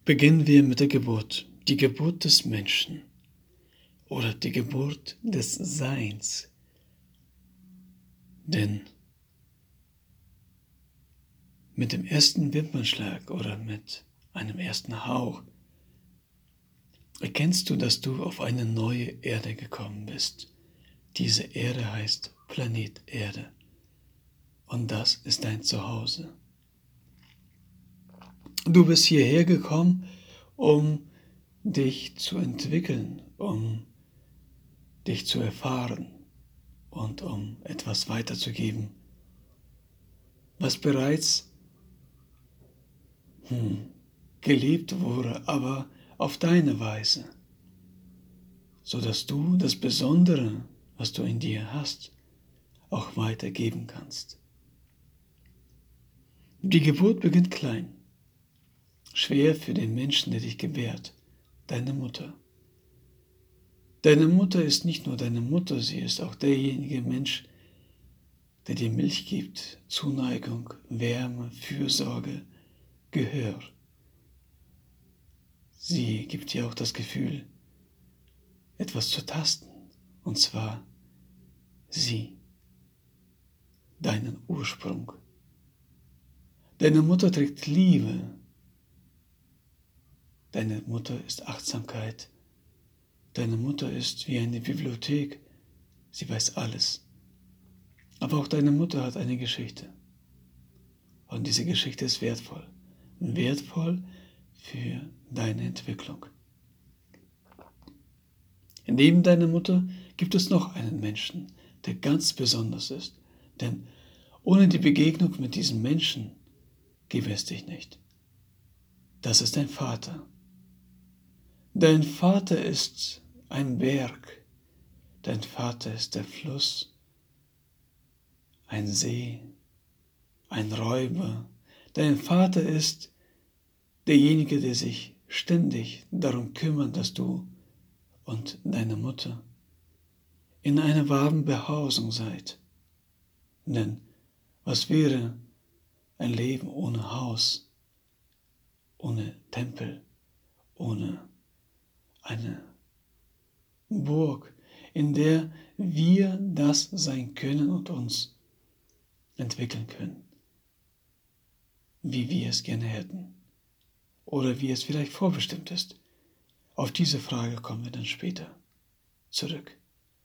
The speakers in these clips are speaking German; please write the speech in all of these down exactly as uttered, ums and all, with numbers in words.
Beginnen wir mit der Geburt, die Geburt des Menschen oder die Geburt des Seins. Denn mit dem ersten Wimpernschlag oder mit einem ersten Hauch erkennst du, dass du auf eine neue Erde gekommen bist. Diese Erde heißt Planet Erde und das ist dein Zuhause. Du bist hierher gekommen, um dich zu entwickeln, um dich zu erfahren und um etwas weiterzugeben, was bereits hm, gelebt wurde, aber auf deine Weise, sodass du das Besondere, was du in dir hast, auch weitergeben kannst. Die Geburt beginnt klein, schwer für den Menschen, der dich gebärt, deine Mutter. Deine Mutter ist nicht nur deine Mutter, sie ist auch derjenige Mensch, der dir Milch gibt, Zuneigung, Wärme, Fürsorge, Gehör. Sie gibt dir auch das Gefühl, etwas zu tasten, und zwar sie, deinen Ursprung. Deine Mutter trägt Liebe. Deine Mutter ist Achtsamkeit. Deine Mutter ist wie eine Bibliothek. Sie weiß alles. Aber auch deine Mutter hat eine Geschichte. Und diese Geschichte ist wertvoll. Wertvoll für deine Entwicklung. Neben deiner Mutter gibt es noch einen Menschen, der ganz besonders ist. Denn ohne die Begegnung mit diesem Menschen gäbe es dich nicht. Das ist dein Vater. Dein Vater ist ein Berg. Dein Vater ist der Fluss, ein See, ein Räuber. Dein Vater ist derjenige, der sich ständig darum kümmert, dass du und deine Mutter in einer warmen Behausung seid. Denn was wäre ein Leben ohne Haus, ohne Tempel, ohne eine Burg, in der wir das sein können und uns entwickeln können, wie wir es gerne hätten oder wie es vielleicht vorbestimmt ist. Auf diese Frage kommen wir dann später zurück.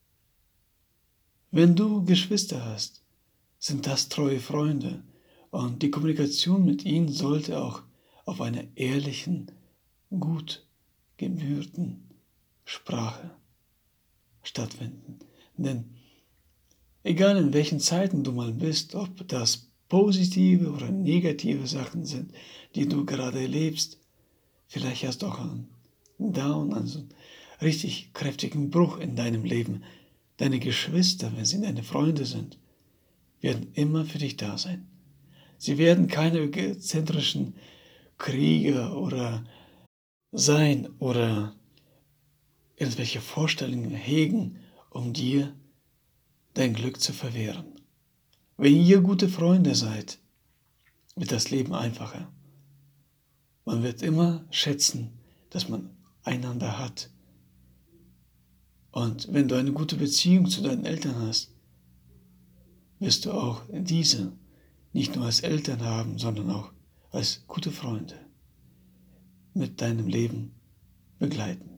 Wenn du Geschwister hast, sind das treue Freunde und die Kommunikation mit ihnen sollte auch auf einer ehrlichen, gut gebürten Sprache stattfinden. Denn egal in welchen Zeiten du mal bist, ob das positive oder negative Sachen sind, die du gerade erlebst, vielleicht hast du auch einen Down, also einen richtig kräftigen Bruch in deinem Leben. Deine Geschwister, wenn sie deine Freunde sind, werden immer für dich da sein. Sie werden keine egozentrischen Krieger oder sein oder irgendwelche Vorstellungen hegen, um dir dein Glück zu verwehren. Wenn ihr gute Freunde seid, wird das Leben einfacher. Man wird immer schätzen, dass man einander hat. Und wenn du eine gute Beziehung zu deinen Eltern hast, wirst du auch diese nicht nur als Eltern haben, sondern auch als gute Freunde mit deinem Leben begleiten.